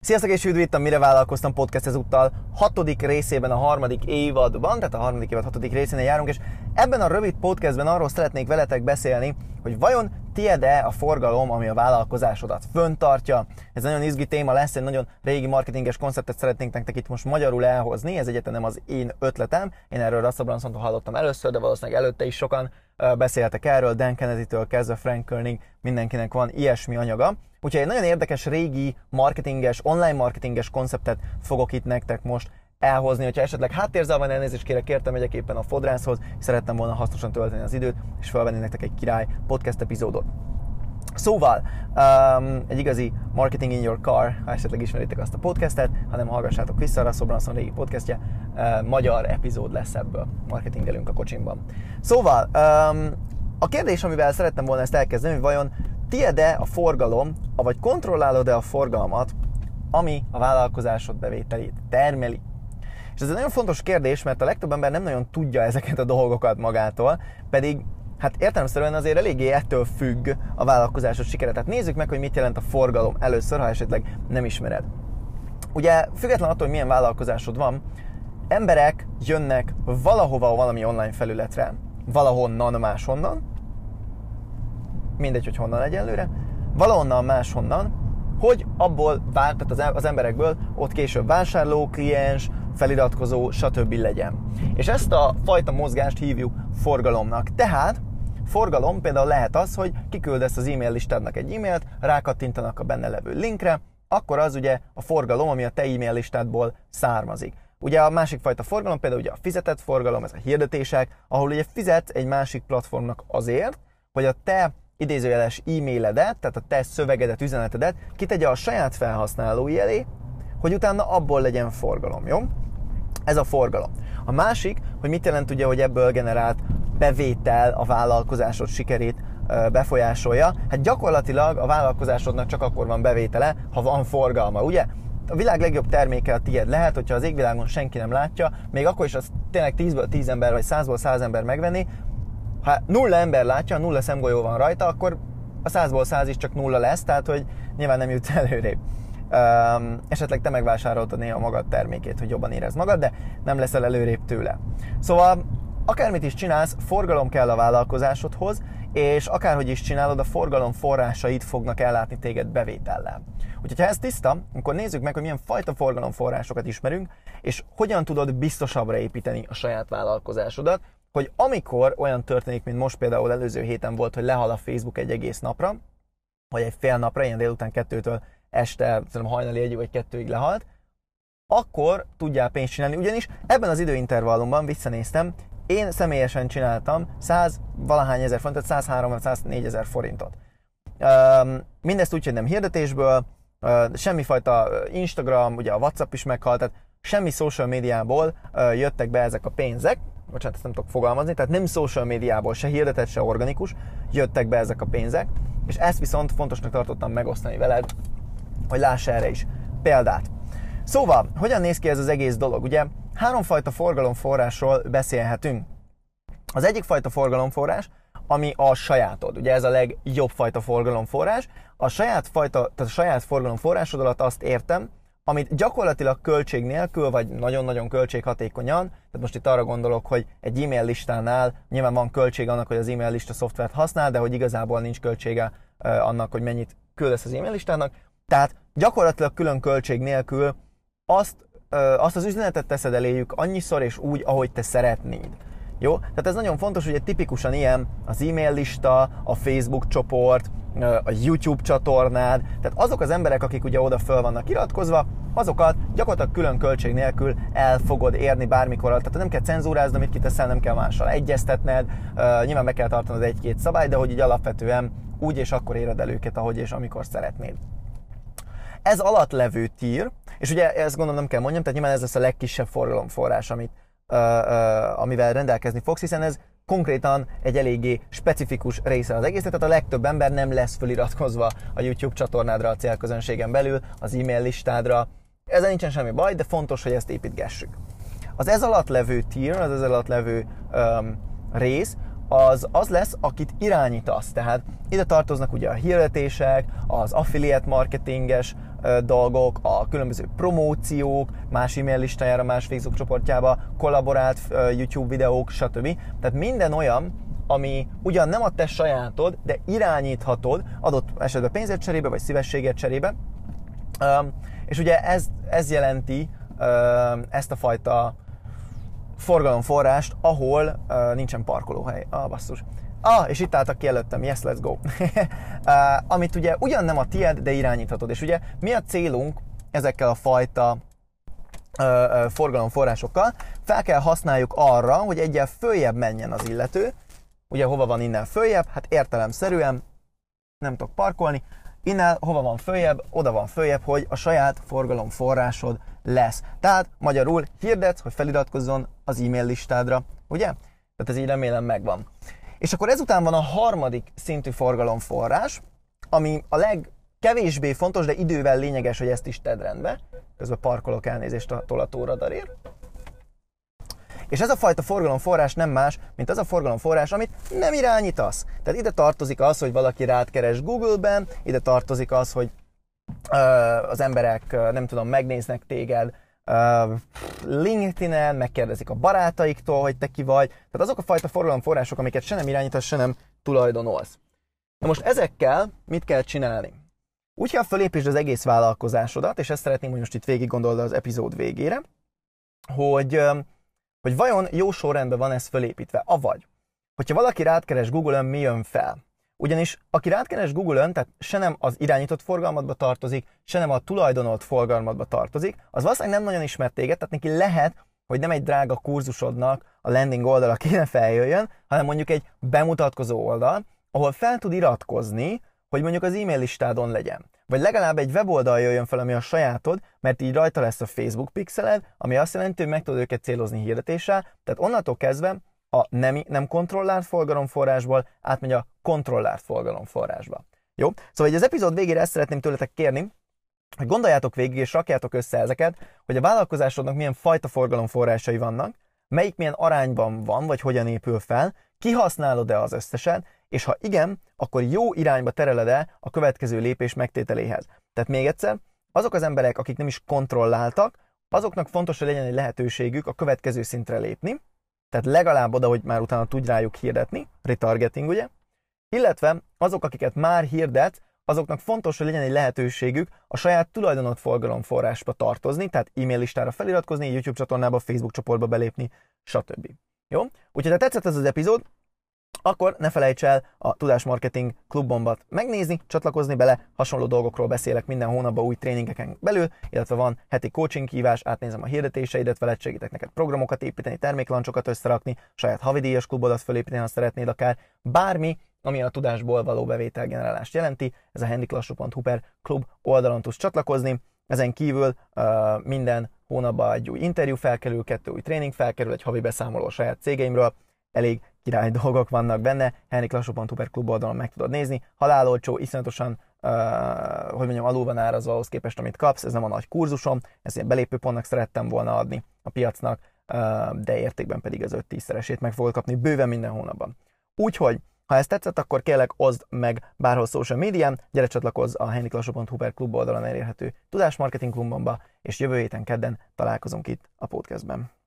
Sziasztok és üdv itt a Mire Vállalkoztam podcast ezúttal 6. részében, a 3. évadban, tehát a 3. évad 6. részénél járunk, és ebben a rövid podcastben arról szeretnék veletek beszélni, hogy vajon tied-e a forgalom, ami a vállalkozásodat föntartja. Ez nagyon izgi téma lesz, egy nagyon régi marketinges konceptet szeretnénk nektek itt most magyarul elhozni, ez egyáltalán nem az én ötletem, én erről Russell Brunsontól hallottam először, de valószínűleg előtte is sokan beszéltek erről, Dan Kennedy-től kezdve Frank Kernigig, mindenkinek van ilyesmi anyaga. Úgyhogy egy nagyon érdekes, régi marketinges, online marketinges konceptet fogok itt nektek most elhozni. Hogyha esetleg háttérzavar, elnézést kérek, kértem, megyek éppen a fodrászhoz, és szerettem volna hasznosan tölteni az időt, és felvenni nektek egy király podcast epizódot. Szóval, egy igazi Marketing in Your Car, ha esetleg ismeritek azt a podcastet, hanem hallgassátok vissza, Russell Brunson régi podcastje, magyar epizód lesz ebből, marketingelünk a kocsimban. Szóval, a kérdés, amivel szerettem volna ezt elkezdeni, hogy vajon tied-e a forgalom, vagy kontrollálod-e a forgalmat, ami a vállalkozásod bevételét termeli? És ez egy nagyon fontos kérdés, mert a legtöbb ember nem nagyon tudja ezeket a dolgokat magától, pedig hát értelemszerűen azért eléggé ettől függ a vállalkozásod sikere. Tehát nézzük meg, hogy mit jelent a forgalom először, ha esetleg nem ismered. Ugye független attól, hogy milyen vállalkozásod van, emberek jönnek valahova valami online felületre, valahonnan máshonnan, mindegy, hogy honnan egyelőre, valahonnan máshonnan, hogy abból tehát az emberekből ott később vásárló, kliens, feliratkozó, stb. Legyen. És ezt a fajta mozgást hívjuk forgalomnak. Tehát forgalom például lehet az, hogy kiküldesz az e-mail listádnak egy e-mailt, rákattintanak a benne levő linkre, akkor az ugye a forgalom, ami a te e-mail listádból származik. Ugye a másik fajta forgalom például ugye a fizetett forgalom, ez a hirdetések, ahol ugye fizetsz egy másik platformnak azért, hogy a te idézőjeles e-mailedet, tehát a te szövegedet, üzenetedet kitegye a saját felhasználói elé, hogy utána abból legyen forgalom, jó? Ez a forgalom. A másik, hogy mit jelent ugye, hogy ebből generált bevétel a vállalkozásod sikerét befolyásolja. Hát gyakorlatilag a vállalkozásodnak csak akkor van bevétele, ha van forgalma, ugye? A világ legjobb terméke a tied lehet, hogyha az égvilágon senki nem látja, még akkor is az tényleg 10-ből 10 ember, vagy 100-ból 100 ember megvenni. Ha 0 ember látja, 0 szemgolyó van rajta, akkor a 100-ból 100 is csak 0 lesz, tehát hogy nyilván nem jutsz előrébb. Esetleg te megvásároltad néha magad termékét, hogy jobban érezd magad, de nem leszel előrébb tőle. Szóval akármit is csinálsz, forgalom kell a vállalkozásodhoz, és akárhogy is csinálod, a forgalom forrásait fognak ellátni téged bevétellel. Úgyhogy ha ez tiszta, akkor nézzük meg, hogy milyen fajta forgalomforrásokat ismerünk, és hogyan tudod biztosabbra építeni a saját vállalkozásodat, hogy amikor olyan történik, mint most például előző héten volt, hogy lehal a Facebook egy egész napra, vagy egy fél napra, ilyen délután 2-től este, hajnali 1 vagy 2-ig lehalt, akkor tudjál pénzt csinálni, ugyanis ebben az időintervallumban visszanéztem, én személyesen csináltam 100 valahány ezer forintot, 103 vagy 104 ezer forintot. Mindezt úgy, hogy nem hirdetésből, semmifajta Instagram, ugye a WhatsApp is meghalt, tehát semmi social médiából jöttek be ezek a pénzek, bocsánat, ezt nem tudok fogalmazni, tehát nem social médiából, se hirdetett, se organikus jöttek be ezek a pénzek, és ezt viszont fontosnak tartottam megosztani veled, hogy láss erre is példát. Szóval, hogyan néz ki ez az egész dolog? Ugye 3 fajta forgalomforrásról beszélhetünk. Az egyik fajta forgalomforrás, ami a sajátod. Ugye ez a legjobb fajta forgalomforrás. A saját forgalomforrásod alatt azt értem, amit gyakorlatilag költség nélkül, vagy nagyon-nagyon költséghatékonyan, tehát most itt arra gondolok, hogy egy e-mail listánál nyilván van költség annak, hogy az e-mail lista szoftvert használ, de hogy igazából nincs költsége annak, hogy mennyit küldesz az e-mail listának. Tehát gyakorlatilag külön költség nélkül azt az üzenetet teszed eléjük annyiszor és úgy, ahogy te szeretnéd. Jó? Tehát ez nagyon fontos, hogy tipikusan ilyen az e-mail lista, a Facebook csoport, a YouTube csatornád, tehát azok az emberek, akik ugye oda föl vannak iratkozva, azokat gyakorlatilag külön költség nélkül el fogod érni bármikor. Tehát nem kell cenzúrázni, amit kiteszel, nem kell mással egyeztetned, nyilván meg kell tartanod 1-2 szabályt, de hogy így alapvetően úgy és akkor éred el őket, ahogy és amikor szeretnéd. Ez alatt levő tier, és ugye ezt gondolom nem kell mondjam, tehát nyilván ez lesz a legkisebb forgalomforrás, amivel rendelkezni fogsz, hiszen ez konkrétan egy eléggé specifikus része az egész, tehát a legtöbb ember nem lesz feliratkozva a YouTube csatornádra a célközönségen belül, az e-mail listádra. Ezzel nincsen semmi baj, de fontos, hogy ezt építgessük. Az ez alatt levő tier, az ez alatt levő rész, az lesz, akit irányítasz. Tehát ide tartoznak ugye a hirdetések, az affiliate marketinges dolgok, a különböző promóciók, más e-mail listájára, más Facebook csoportjába, kollaborált YouTube videók, stb. Tehát minden olyan, ami ugyan nem a te sajátod, de irányíthatod adott esetben pénzért cserébe, vagy szívességért cserébe. És ugye ez jelenti ezt a fajta forgalomforrást, ahol nincsen parkolóhely. Basszus. És itt álltak ki előttem, yes, let's go. Amit ugye ugyan nem a tied, de irányíthatod. És ugye mi a célunk ezekkel a fajta forgalomforrásokkal? Fel kell használjuk arra, hogy egyel följebb menjen az illető. Ugye hova van innen följebb? Hát értelemszerűen nem tudok parkolni. Innen hova van följebb? Oda van följebb, hogy a saját forgalomforrásod lesz. Tehát magyarul hirdetsz, hogy feliratkozzon az e-mail listádra, ugye? Tehát ez így remélem megvan. És akkor ezután van a harmadik szintű forgalomforrás, ami a legkevésbé fontos, de idővel lényeges, hogy ezt is tedd rendbe. Közben parkolok, elnézést a tolatóradarért. És ez a fajta forgalomforrás nem más, mint az a forgalomforrás, amit nem irányítasz. Tehát ide tartozik az, hogy valaki rád keres Google-ben, ide tartozik az, hogy az emberek, nem tudom, megnéznek téged LinkedIn-en, megkérdezik a barátaiktól, hogy te ki vagy. Tehát azok a fajta forgalomforrások, amiket se nem irányítasz, se nem tulajdonolsz. Na most ezekkel mit kell csinálni? Úgy kell fölépítsd az egész vállalkozásodat, és ezt szeretném, hogy most itt végig gondold az epizód végére, hogy vajon jó sorrendben van ez fölépítve, avagy, hogyha valaki rád keres Google-ön, mi jön fel? Ugyanis aki rád keres Google-ön, tehát se nem az irányított forgalmadba tartozik, se nem a tulajdonolt forgalmadba tartozik, az valószínűleg nem nagyon ismert téged, tehát neki lehet, hogy nem egy drága kurzusodnak a landing oldala kéne feljöjjön, hanem mondjuk egy bemutatkozó oldal, ahol fel tud iratkozni, hogy mondjuk az e-mail listádon legyen. Vagy legalább egy weboldal jöjjön fel, ami a sajátod, mert így rajta lesz a Facebook pixeled, ami azt jelenti, hogy meg tudod őket célozni hirdetéssel, tehát onnantól kezdve a nem kontrollált forgalomforrásból átmegy a kontrollált forgalomforrásba. Jó? Szóval az epizód végére ezt szeretném tőletek kérni, hogy gondoljátok végig és rakjátok össze ezeket, hogy a vállalkozásodnak milyen fajta forgalomforrásai vannak, melyik milyen arányban van, vagy hogyan épül fel, kihasználod-e az összeset, és ha igen, akkor jó irányba tereled-e a következő lépés megtételéhez. Tehát még egyszer, azok az emberek, akik nem is kontrolláltak, azoknak fontos, hogy legyen egy lehetőségük a következő szintre lépni, tehát legalább oda, hogy már utána tudj rájuk hirdetni, retargeting, ugye? Illetve azok, akiket már hirdetsz, azoknak fontos, hogy legyen egy lehetőségük a saját tulajdonot forgalomforrásba tartozni, tehát e-mail listára feliratkozni, YouTube csatornába, Facebook csoportba belépni, stb. Jó? Úgyhogy ha tetszett ez az epizód, akkor ne felejts el a Tudásmarketing Klubbombat megnézni, csatlakozni bele, hasonló dolgokról beszélek minden hónapban új tréningeken belül, illetve van heti coaching hívás, átnézem a hirdetéseidet, veled segítek neked programokat építeni, terméklancsokat összerakni, saját havidíjas klubodat fölépíteni, ha szeretnéd akár bármi, ami a tudásból való bevételgenerálást jelenti. Ez a henriklassó.hu/klub oldalon tudsz csatlakozni. Ezen kívül minden hónapban egy új interjú felkerül, 2 új tréning felkerül, egy havi beszámoló a saját cégeimről. Elég király dolgok vannak benne, henriklassó.hu/klub oldalon meg tudod nézni. Halálolcsó, iszonyatosan, hogy mondjam, alul van árazva ahhoz képest, amit kapsz. Ez nem a nagy kurzusom, ezt ilyen belépőpontnak szerettem volna adni a piacnak, de értékben pedig az 5-10-szeresét meg fogod kapni bőven minden hónapban. Úgyhogy, ha ez tetszett, akkor kérlek oszd meg bárhol social médián, gyere csatlakozz a henriklassó.hu/klub oldalon elérhető Tudásmarketing Klubomba, és jövő héten kedden találkozunk itt a podcastben.